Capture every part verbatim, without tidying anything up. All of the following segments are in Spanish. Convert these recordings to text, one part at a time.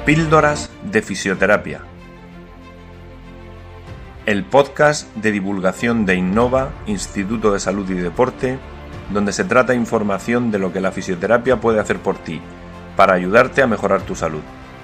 Píldoras de Fisioterapia, el podcast de divulgación de Innova, Instituto de Salud y Deporte, donde se trata información de lo que la fisioterapia puede hacer por ti, para ayudarte a mejorar tu salud.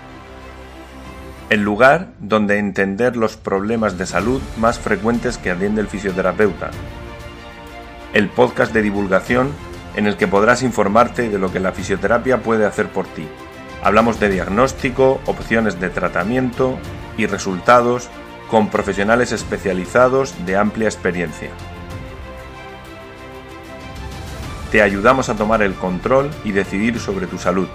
El lugar donde entender los problemas de salud más frecuentes que atiende el fisioterapeuta. El podcast de divulgación en el que podrás informarte de lo que la fisioterapia puede hacer por ti. Hablamos de diagnóstico, opciones de tratamiento y resultados con profesionales especializados de amplia experiencia. Te ayudamos a tomar el control y decidir sobre tu salud.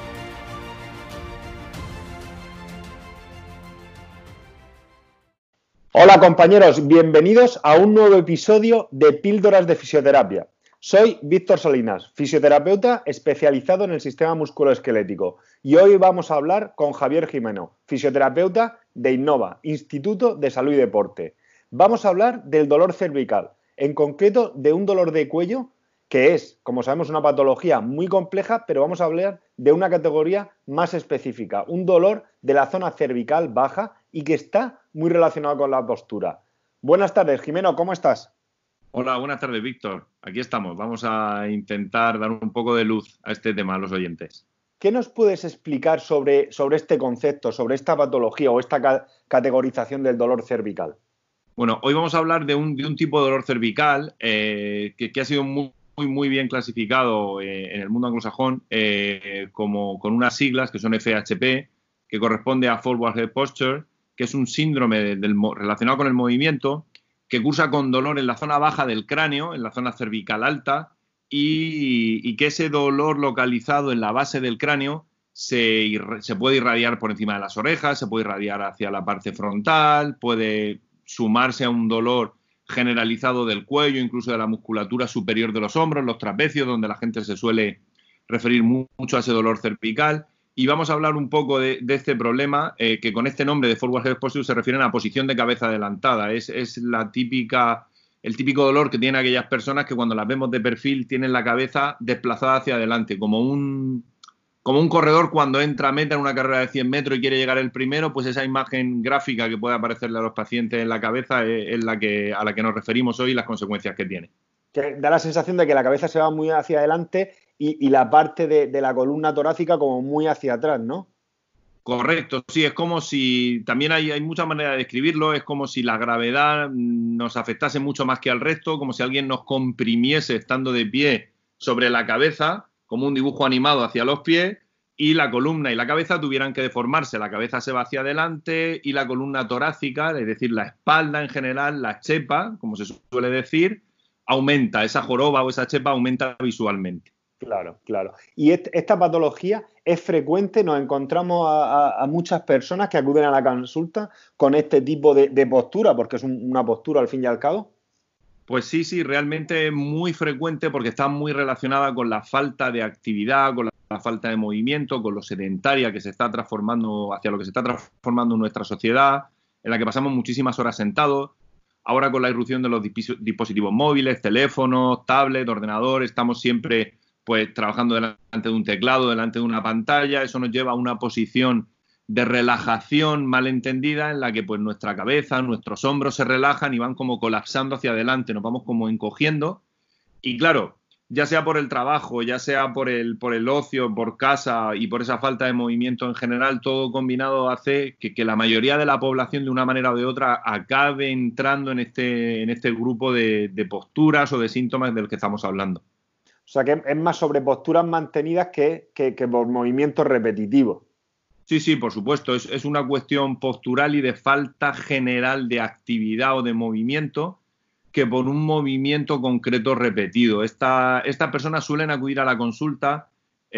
Hola compañeros, bienvenidos a un nuevo episodio de Píldoras de Fisioterapia. Soy Víctor Salinas, fisioterapeuta especializado en el sistema musculoesquelético, y hoy vamos a hablar con Javier Jimeno, fisioterapeuta de Innova, Instituto de Salud y Deporte. Vamos a hablar del dolor cervical, en concreto de un dolor de cuello que es, como sabemos, una patología muy compleja, pero vamos a hablar de una categoría más específica, un dolor de la zona cervical baja y que está muy relacionado con la postura. Buenas tardes, Jimeno, ¿cómo estás? Hola, buenas tardes, Víctor. Aquí estamos. Vamos a intentar dar un poco de luz a este tema a los oyentes. ¿Qué nos puedes explicar sobre, sobre este concepto, sobre esta patología o esta ca- categorización del dolor cervical? Bueno, hoy vamos a hablar de un, de un tipo de dolor cervical eh, que, que ha sido muy, muy, muy bien clasificado eh, en el mundo anglosajón eh, como con unas siglas que son F H P, que corresponde a Forward Head Posture, que es un síndrome del, del, relacionado con el movimiento, que cursa con dolor en la zona baja del cráneo, en la zona cervical alta, y, y que ese dolor localizado en la base del cráneo se, se puede irradiar por encima de las orejas, se puede irradiar hacia la parte frontal, puede sumarse a un dolor generalizado del cuello, incluso de la musculatura superior de los hombros, los trapecios, donde la gente se suele referir mucho a ese dolor cervical. Y vamos a hablar un poco de, de este problema, eh, que con este nombre de Forward Head Posture se refiere a la posición de cabeza adelantada. Es, es la típica, el típico dolor que tienen aquellas personas que cuando las vemos de perfil tienen la cabeza desplazada hacia adelante, como un, como un corredor cuando entra a meta en una carrera de cien metros y quiere llegar el primero, pues esa imagen gráfica que puede aparecerle a los pacientes en la cabeza es, es la que, a la que nos referimos hoy y las consecuencias que tiene. Que da la sensación de que la cabeza se va muy hacia adelante y, y la parte de, de la columna torácica como muy hacia atrás, ¿no? Correcto, sí, es como si, también hay, hay muchas maneras de describirlo, es como si la gravedad nos afectase mucho más que al resto, como si alguien nos comprimiese estando de pie sobre la cabeza, como un dibujo animado hacia los pies, y la columna y la cabeza tuvieran que deformarse. La cabeza se va hacia adelante y la columna torácica, es decir, la espalda en general, la chepa, como se suele decir, aumenta, esa joroba o esa chepa aumenta visualmente. Claro, claro. Y et, esta patología es frecuente, nos encontramos a, a, a muchas personas que acuden a la consulta con este tipo de, de postura, porque es un, una postura al fin y al cabo. Pues sí, sí, realmente es muy frecuente porque está muy relacionada con la falta de actividad, con la, la falta de movimiento, con lo sedentaria que se está transformando, hacia lo que se está transformando nuestra sociedad, en la que pasamos muchísimas horas sentados. Ahora con la irrupción de los dispositivos móviles, teléfonos, tablets, ordenador, estamos siempre pues trabajando delante de un teclado, delante de una pantalla. Eso nos lleva a una posición de relajación malentendida en la que pues nuestra cabeza, nuestros hombros se relajan y van como colapsando hacia adelante, nos vamos como encogiendo. Y claro, ya sea por el trabajo, ya sea por el, por el ocio, por casa y por esa falta de movimiento en general, todo combinado hace que, que la mayoría de la población de una manera o de otra acabe entrando en este, en este grupo de, de posturas o de síntomas del que estamos hablando. O sea, que es más sobre posturas mantenidas que, que, que por movimientos repetitivos. Sí, sí, por supuesto. Es, es una cuestión postural y de falta general de actividad o de movimiento que por un movimiento concreto repetido. Esta, estas personas suelen acudir a la consulta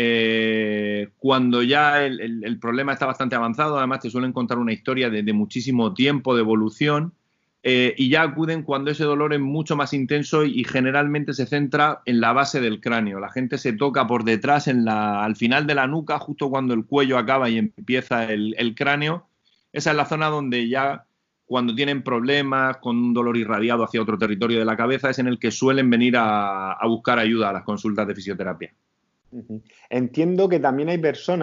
eh, cuando ya el, el, el problema está bastante avanzado. Además, te suelen contar una historia de, de muchísimo tiempo de evolución. Eh, y ya acuden cuando ese dolor es mucho más intenso y, y generalmente se centra en la base del cráneo. La gente se toca por detrás, en la, al final de la nuca, justo cuando el cuello acaba y empieza el, el cráneo. Esa es la zona donde ya, cuando tienen problemas con un dolor irradiado hacia otro territorio de la cabeza, es en el que suelen venir a, a buscar ayuda a las consultas de fisioterapia. Uh-huh. Entiendo que también hay personas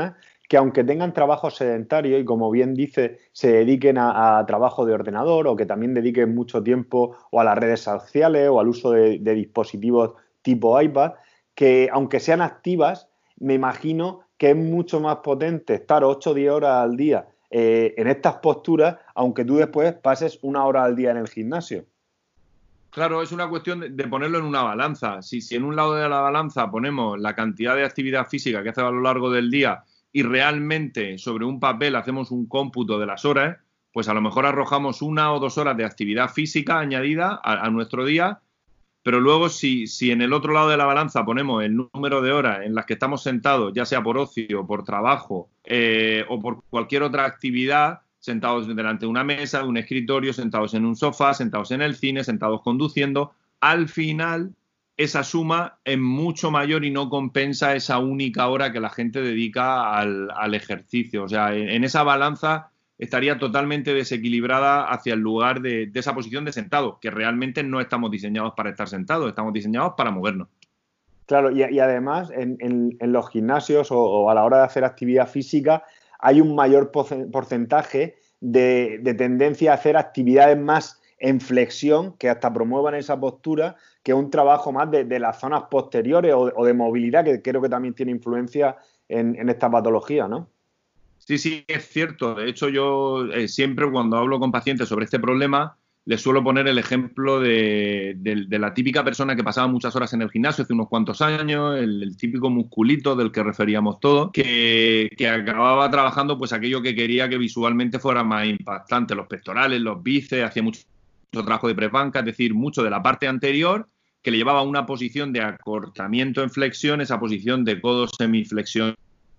que aunque tengan trabajo sedentario y como bien dice, se dediquen a, a trabajo de ordenador o que también dediquen mucho tiempo o a las redes sociales o al uso de, de dispositivos tipo iPad, que aunque sean activas, me imagino que es mucho más potente estar ocho o diez horas al día eh, en estas posturas, aunque tú después pases una hora al día en el gimnasio. Claro, es una cuestión de, de ponerlo en una balanza. Si, si en un lado de la balanza ponemos la cantidad de actividad física que hace a lo largo del día y realmente sobre un papel hacemos un cómputo de las horas, pues a lo mejor arrojamos una o dos horas de actividad física añadida a, a nuestro día, pero luego si, si en el otro lado de la balanza ponemos el número de horas en las que estamos sentados, ya sea por ocio, por trabajo eh, o por cualquier otra actividad, sentados delante de una mesa, de un escritorio, sentados en un sofá, sentados en el cine, sentados conduciendo, al final esa suma es mucho mayor y no compensa esa única hora que la gente dedica al, al ejercicio. O sea, en, en esa balanza estaría totalmente desequilibrada hacia el lugar de, de esa posición de sentado, que realmente no estamos diseñados para estar sentados, estamos diseñados para movernos. Claro, y, y además en, en, en los gimnasios o, o a la hora de hacer actividad física hay un mayor porcentaje de, de tendencia a hacer actividades más en flexión que hasta promuevan esa postura, que un trabajo más de, de las zonas posteriores o, o de movilidad, que creo que también tiene influencia en, en esta patología, ¿no? Sí, sí, es cierto. De hecho, yo eh, siempre cuando hablo con pacientes sobre este problema, les suelo poner el ejemplo de, de, de la típica persona que pasaba muchas horas en el gimnasio hace unos cuantos años, el, el típico musculito del que referíamos todos, que, que acababa trabajando pues aquello que quería que visualmente fuera más impactante, los pectorales, los bíceps, hacía mucho, mucho trabajo de press-banca, es decir, mucho de la parte anterior, que le llevaba a una posición de acortamiento en flexión, esa posición de codo semiflexión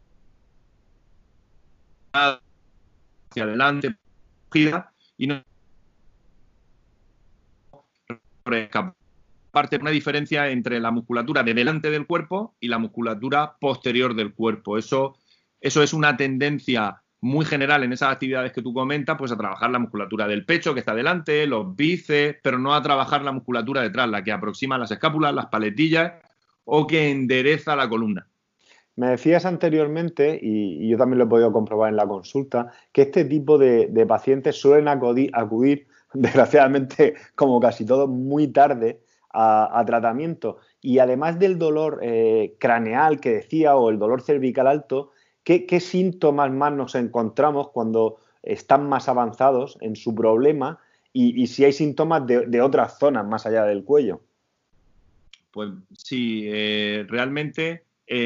hacia adelante, y no aparte una diferencia entre la musculatura de delante del cuerpo y la musculatura posterior del cuerpo. Eso, eso es una tendencia muy general en esas actividades que tú comentas, pues a trabajar la musculatura del pecho que está delante, los bíceps, pero no a trabajar la musculatura detrás, la que aproxima las escápulas, las paletillas o que endereza la columna. Me decías anteriormente, y, y yo también lo he podido comprobar en la consulta, que este tipo de, de pacientes suelen acudir, acudir, desgraciadamente, como casi todos, muy tarde a, a tratamiento. Y además del dolor eh, craneal que decía o el dolor cervical alto, ¿qué, qué síntomas más nos encontramos cuando están más avanzados en su problema y, y si hay síntomas de, de otras zonas más allá del cuello? Pues sí, eh, realmente...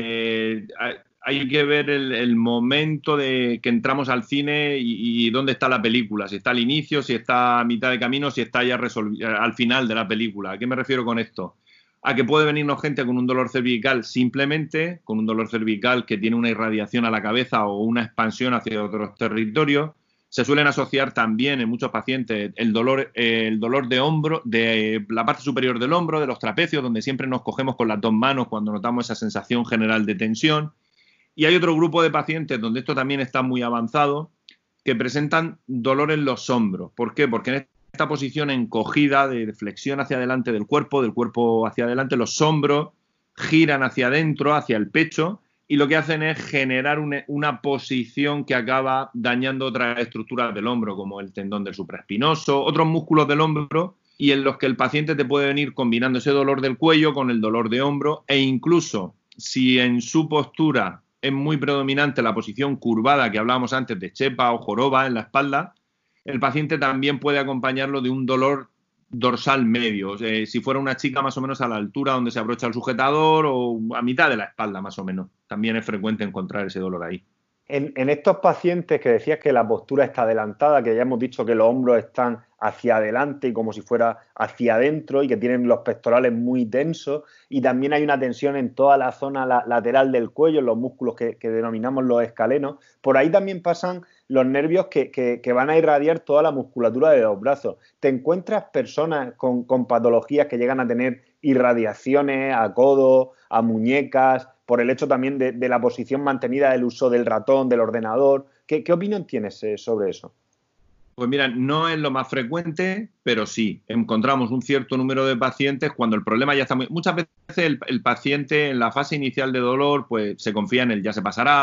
Eh, hay que ver el, el momento de que entramos al cine y, y dónde está la película, si está al inicio, si está a mitad de camino, si está ya al final de la película. ¿A qué me refiero con esto? A que puede venirnos gente con un dolor cervical simplemente, con un dolor cervical que tiene una irradiación a la cabeza o una expansión hacia otros territorios. Se suelen asociar también en muchos pacientes el dolor, eh, el dolor de hombro, de la parte superior del hombro, de los trapecios, donde siempre nos cogemos con las dos manos cuando notamos esa sensación general de tensión. Y hay otro grupo de pacientes donde esto también está muy avanzado, que presentan dolor en los hombros. ¿Por qué? Porque en esta posición encogida de flexión hacia adelante del cuerpo, del cuerpo hacia adelante, los hombros giran hacia adentro, hacia el pecho, y lo que hacen es generar una, una posición que acaba dañando otras estructuras del hombro, como el tendón del supraespinoso, otros músculos del hombro, y en los que el paciente te puede venir combinando ese dolor del cuello con el dolor de hombro, e incluso si en su postura es muy predominante la posición curvada que hablábamos antes de chepa o joroba en la espalda, el paciente también puede acompañarlo de un dolor dorsal medio, eh, si fuera una chica más o menos a la altura donde se abrocha el sujetador o a mitad de la espalda más o menos. También es frecuente encontrar ese dolor ahí. En, en estos pacientes que decías que la postura está adelantada, que ya hemos dicho que los hombros están hacia adelante y como si fuera hacia adentro y que tienen los pectorales muy tensos y también hay una tensión en toda la zona la, lateral del cuello, en los músculos que, que denominamos los escalenos, por ahí también pasan los nervios que, que, que van a irradiar toda la musculatura de los brazos. ¿Te encuentras personas con, con patologías que llegan a tener irradiaciones a codo, a muñecas, por el hecho también de, de la posición mantenida del uso del ratón, del ordenador? ¿Qué, qué opinión tienes eh, sobre eso? Pues mira, no es lo más frecuente, pero sí, encontramos un cierto número de pacientes cuando el problema ya está muy... Muchas veces el, el paciente en la fase inicial de dolor pues se confía en el ya se pasará,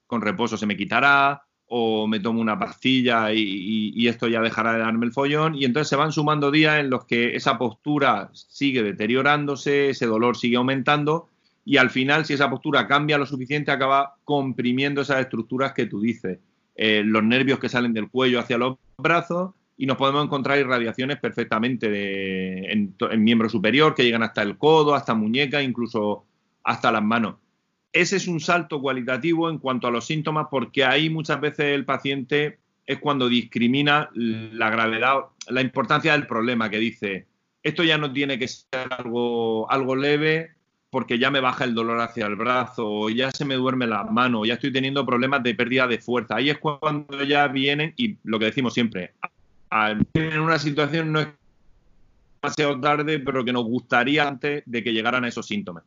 con reposo se me quitará, o me tomo una pastilla y, y, y esto ya dejará de darme el follón, y entonces se van sumando días en los que esa postura sigue deteriorándose, ese dolor sigue aumentando, y al final, si esa postura cambia lo suficiente, acaba comprimiendo esas estructuras que tú dices, eh, los nervios que salen del cuello hacia los brazos, y nos podemos encontrar irradiaciones perfectamente de, en, en miembro superior, que llegan hasta el codo, hasta muñeca, incluso hasta las manos. Ese es un salto cualitativo en cuanto a los síntomas, porque ahí muchas veces el paciente es cuando discrimina la gravedad, la importancia del problema, que dice, esto ya no tiene que ser algo, algo leve porque ya me baja el dolor hacia el brazo, o ya se me duerme la mano, o ya estoy teniendo problemas de pérdida de fuerza. Ahí es cuando ya vienen, y lo que decimos siempre, en una situación no es demasiado tarde, pero que nos gustaría antes de que llegaran a esos síntomas.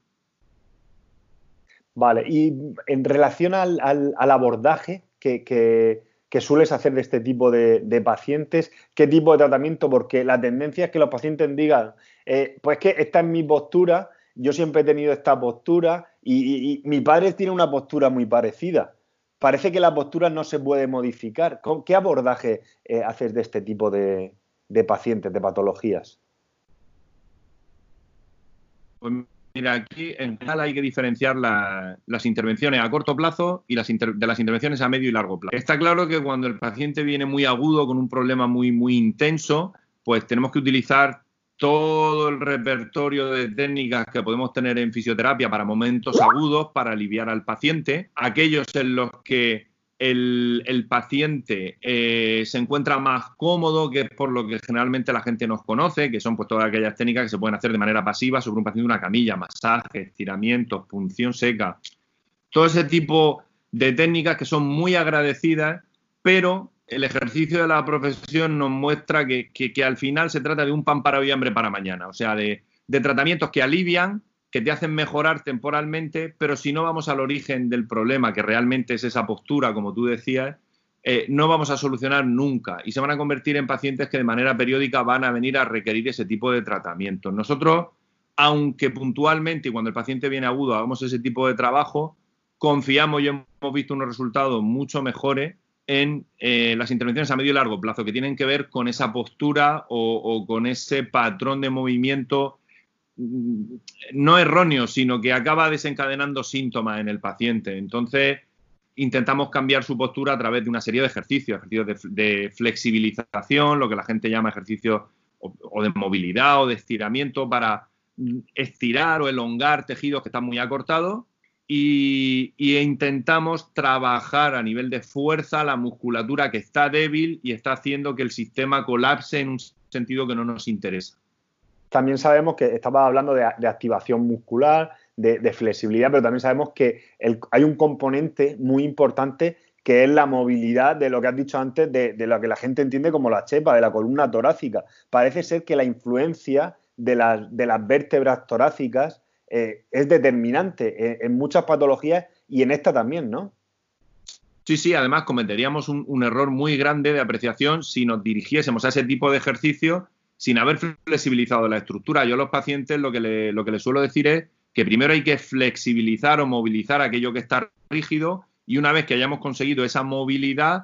Vale, y en relación al, al, al abordaje que, que, que sueles hacer de este tipo de, de pacientes, ¿qué tipo de tratamiento? Porque la tendencia es que los pacientes digan, eh, pues que esta es mi postura, yo siempre he tenido esta postura y, y, y mi padre tiene una postura muy parecida. Parece que la postura no se puede modificar. ¿Qué abordaje eh, haces de este tipo de, de pacientes, de patologías? Pues mira, aquí en general hay que diferenciar la, las intervenciones a corto plazo y las inter, de las intervenciones a medio y largo plazo. Está claro que cuando el paciente viene muy agudo, con un problema muy, muy intenso, pues tenemos que utilizar todo el repertorio de técnicas que podemos tener en fisioterapia para momentos agudos, para aliviar al paciente. Aquellos en los que el, el paciente eh, se encuentra más cómodo, que es por lo que generalmente la gente nos conoce, que son pues todas aquellas técnicas que se pueden hacer de manera pasiva sobre un paciente de una camilla, masaje, estiramientos, punción seca, todo ese tipo de técnicas que son muy agradecidas, pero el ejercicio de la profesión nos muestra que, que, que al final se trata de un pan para hoy y hambre para mañana, o sea, de, de tratamientos que alivian, que te hacen mejorar temporalmente, pero si no vamos al origen del problema, que realmente es esa postura, como tú decías, eh, no vamos a solucionar nunca y se van a convertir en pacientes que de manera periódica van a venir a requerir ese tipo de tratamientos. Nosotros, aunque puntualmente y cuando el paciente viene agudo hagamos ese tipo de trabajo, confiamos y hemos visto unos resultados mucho mejores en eh, las intervenciones a medio y largo plazo, que tienen que ver con esa postura o, o con ese patrón de movimiento no erróneo, sino que acaba desencadenando síntomas en el paciente. Entonces, intentamos cambiar su postura a través de una serie de ejercicios, ejercicios de, de flexibilización, lo que la gente llama ejercicios o, o de movilidad o de estiramiento para estirar o elongar tejidos que están muy acortados. Y, y intentamos trabajar a nivel de fuerza la musculatura que está débil y está haciendo que el sistema colapse en un sentido que no nos interesa. También sabemos que estabas hablando de, de activación muscular, de, de flexibilidad, pero también sabemos que el, hay un componente muy importante que es la movilidad de lo que has dicho antes, de, de lo que la gente entiende como la chepa, de la columna torácica. Parece ser que la influencia de las, de las vértebras torácicas Eh, es determinante en, en muchas patologías y en esta también, ¿no? Sí, sí, además cometeríamos un, un error muy grande de apreciación si nos dirigiésemos a ese tipo de ejercicio sin haber flexibilizado la estructura. Yo a los pacientes lo que, le, lo que les suelo decir es que primero hay que flexibilizar o movilizar aquello que está rígido y una vez que hayamos conseguido esa movilidad,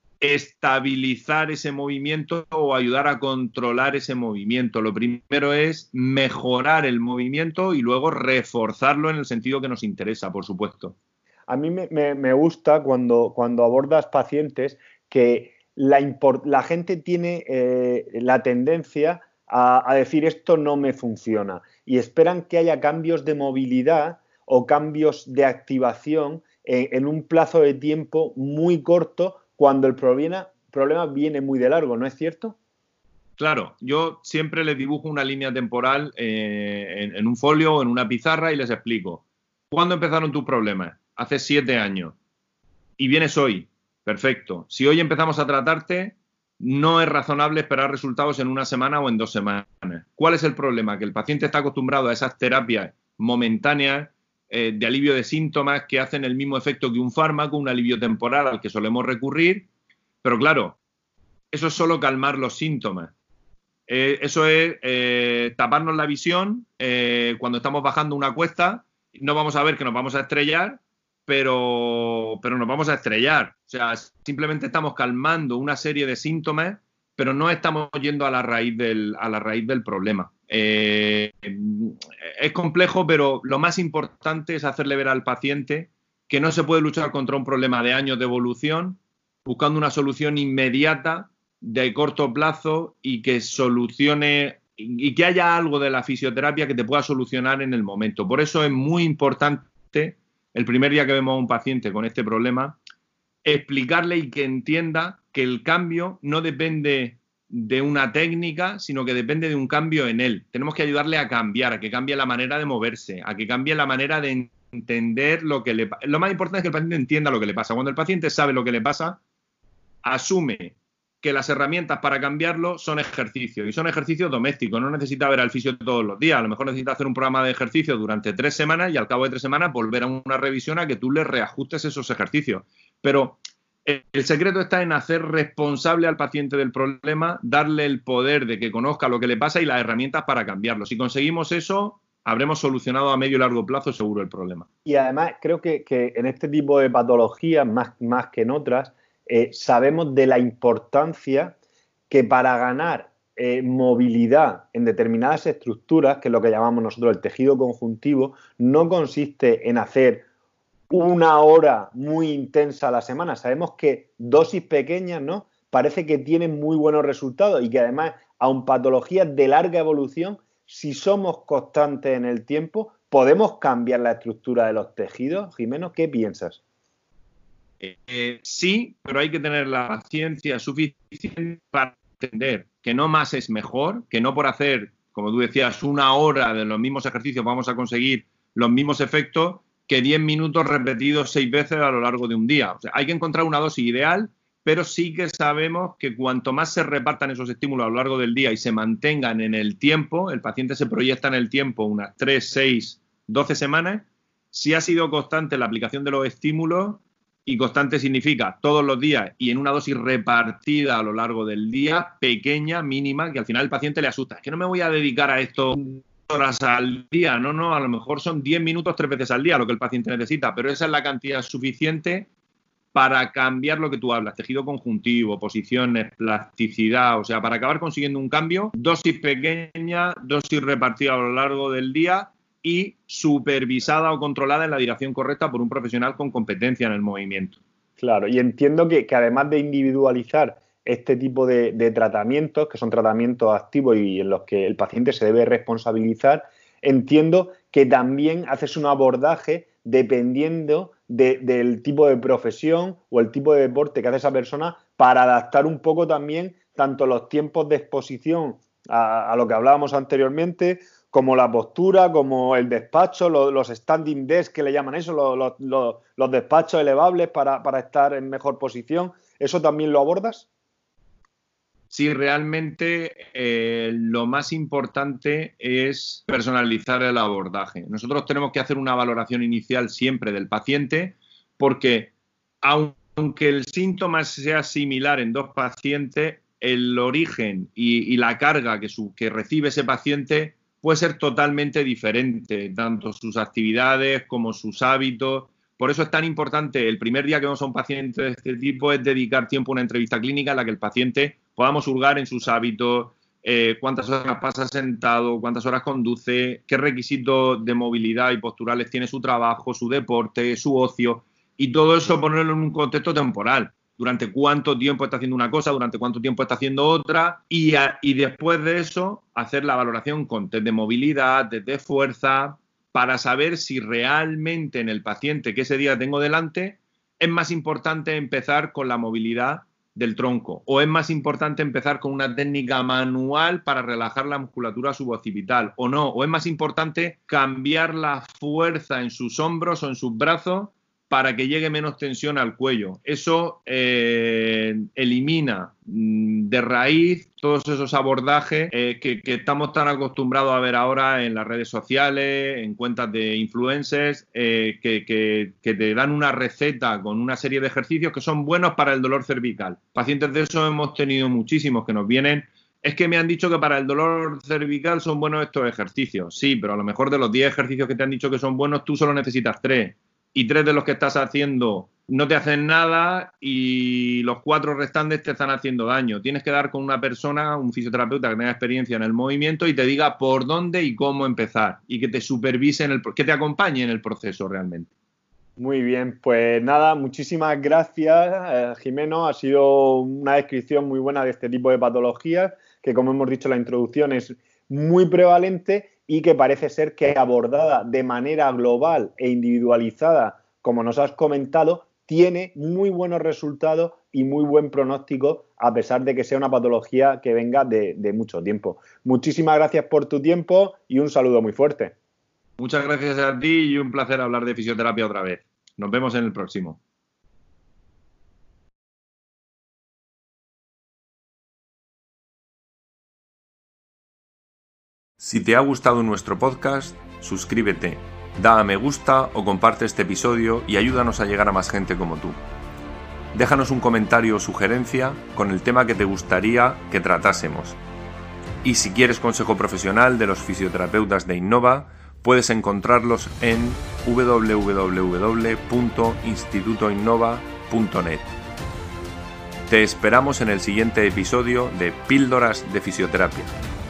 estabilizar ese movimiento o ayudar a controlar ese movimiento. Lo primero es mejorar el movimiento y luego reforzarlo en el sentido que nos interesa, por supuesto. A mí me, me, me gusta cuando, cuando abordas pacientes que la, import, la gente tiene eh, la tendencia a, a decir esto no me funciona y esperan que haya cambios de movilidad o cambios de activación en, en un plazo de tiempo muy corto cuando el problema, problema viene muy de largo, ¿no es cierto? Claro, yo siempre les dibujo una línea temporal eh, en, en un folio o en una pizarra y les explico. ¿Cuándo empezaron tus problemas? Hace siete años. Y vienes hoy. Perfecto. Si hoy empezamos a tratarte, no es razonable esperar resultados en una semana o en dos semanas. ¿Cuál es el problema? Que el paciente está acostumbrado a esas terapias momentáneas eh, de alivio de síntomas que hacen el mismo efecto que un fármaco, un alivio temporal al que solemos recurrir. Pero claro, eso es solo calmar los síntomas. Eh, eso es eh, taparnos la visión eh, cuando estamos bajando una cuesta. No vamos a ver que nos vamos a estrellar, pero, pero nos vamos a estrellar. O sea, simplemente estamos calmando una serie de síntomas, pero no estamos yendo a la raíz del, a la raíz del problema. Eh, es complejo, pero lo más importante es hacerle ver al paciente que no se puede luchar contra un problema de años de evolución buscando una solución inmediata, de corto plazo, y que solucione, y que haya algo de la fisioterapia que te pueda solucionar en el momento. Por eso es muy importante, el primer día que vemos a un paciente con este problema, explicarle y que entienda que el cambio no depende de una técnica, sino que depende de un cambio en él. Tenemos que ayudarle a cambiar, a que cambie la manera de moverse, a que cambie la manera de entender lo que le pasa. Lo más importante es que el paciente entienda lo que le pasa. Cuando el paciente sabe lo que le pasa, asume que las herramientas para cambiarlo son ejercicios, y son ejercicios domésticos. No necesita ver al fisio todos los días. A lo mejor necesita hacer un programa de ejercicios durante tres semanas y al cabo de tres semanas volver a una revisión a que tú le reajustes esos ejercicios. Pero el secreto está en hacer responsable al paciente del problema, darle el poder de que conozca lo que le pasa y las herramientas para cambiarlo. Si conseguimos eso, habremos solucionado a medio y largo plazo seguro el problema. Y además creo que, que en este tipo de patologías, más, más que en otras, eh, sabemos de la importancia que para ganar eh, movilidad en determinadas estructuras, que es lo que llamamos nosotros el tejido conjuntivo, no consiste en hacer una hora muy intensa a la semana. Sabemos que dosis pequeñas, ¿no?, parece que tienen muy buenos resultados y que además, aun patologías de larga evolución, si somos constantes en el tiempo, podemos cambiar la estructura de los tejidos. Jimeno, ¿qué piensas? Eh, sí, pero hay que tener la paciencia suficiente para entender que no más es mejor, que no por hacer, como tú decías, una hora de los mismos ejercicios vamos a conseguir los mismos efectos que diez minutos repetidos seis veces a lo largo de un día. O sea, hay que encontrar una dosis ideal, pero sí que sabemos que cuanto más se repartan esos estímulos a lo largo del día y se mantengan en el tiempo, el paciente se proyecta en el tiempo unas tres, seis, doce semanas, si ha sido constante la aplicación de los estímulos, y constante significa todos los días y en una dosis repartida a lo largo del día, pequeña, mínima, que al final el paciente le asusta. Es que no me voy a dedicar a esto horas al día, no, no, a lo mejor son diez minutos tres veces al día lo que el paciente necesita, pero esa es la cantidad suficiente para cambiar lo que tú hablas, tejido conjuntivo, posiciones, plasticidad, o sea, para acabar consiguiendo un cambio, dosis pequeña, dosis repartida a lo largo del día y supervisada o controlada en la dirección correcta por un profesional con competencia en el movimiento. Claro, y entiendo que, que además de individualizar este tipo de, de tratamientos, que son tratamientos activos y en los que el paciente se debe responsabilizar, entiendo que también haces un abordaje dependiendo de, del tipo de profesión o el tipo de deporte que hace esa persona para adaptar un poco también tanto los tiempos de exposición a, a lo que hablábamos anteriormente, como la postura, como el despacho, los, los standing desk que le llaman eso, los, los, los despachos elevables para, para estar en mejor posición. ¿Eso también lo abordas? Sí, realmente eh, lo más importante es personalizar el abordaje. Nosotros tenemos que hacer una valoración inicial siempre del paciente porque aunque el síntoma sea similar en dos pacientes, el origen y, y la carga que, su, que recibe ese paciente puede ser totalmente diferente, tanto sus actividades como sus hábitos. Por eso es tan importante, el primer día que vemos a un paciente de este tipo es dedicar tiempo a una entrevista clínica en la que el paciente podamos hurgar en sus hábitos, eh, cuántas horas pasa sentado, cuántas horas conduce, qué requisitos de movilidad y posturales tiene su trabajo, su deporte, su ocio, y todo eso ponerlo en un contexto temporal. Durante cuánto tiempo está haciendo una cosa, durante cuánto tiempo está haciendo otra, y, a, y después de eso hacer la valoración con test de movilidad, test de fuerza, para saber si realmente en el paciente que ese día tengo delante es más importante empezar con la movilidad del tronco o es más importante empezar con una técnica manual para relajar la musculatura suboccipital o no, o es más importante cambiar la fuerza en sus hombros o en sus brazos para que llegue menos tensión al cuello. Eso eh, elimina mmm, de raíz todos esos abordajes eh, que, que estamos tan acostumbrados a ver ahora en las redes sociales, en cuentas de influencers, eh, que, que, que te dan una receta con una serie de ejercicios que son buenos para el dolor cervical. Pacientes de eso hemos tenido muchísimos que nos vienen. Es que me han dicho que para el dolor cervical son buenos estos ejercicios. Sí, pero a lo mejor de los diez ejercicios que te han dicho que son buenos, tú solo necesitas tres. y tres de los que estás haciendo no te hacen nada y los cuatro restantes te están haciendo daño. Tienes que dar con una persona, un fisioterapeuta que tenga experiencia en el movimiento y te diga por dónde y cómo empezar y que te supervise, en el, que te acompañe en el proceso realmente. Muy bien, pues nada, muchísimas gracias, eh, Jimeno. Ha sido una descripción muy buena de este tipo de patologías que, como hemos dicho en la introducción, es muy prevalente y que parece ser que abordada de manera global e individualizada, como nos has comentado, tiene muy buenos resultados y muy buen pronóstico, a pesar de que sea una patología que venga de, de mucho tiempo. Muchísimas gracias por tu tiempo y un saludo muy fuerte. Muchas gracias a ti y un placer hablar de fisioterapia otra vez. Nos vemos en el próximo. Si te ha gustado nuestro podcast, suscríbete, da a me gusta o comparte este episodio y ayúdanos a llegar a más gente como tú. Déjanos un comentario o sugerencia con el tema que te gustaría que tratásemos. Y si quieres consejo profesional de los fisioterapeutas de Innova, puedes encontrarlos en doble u doble u doble u punto instituto innova punto net. Te esperamos en el siguiente episodio de Píldoras de Fisioterapia.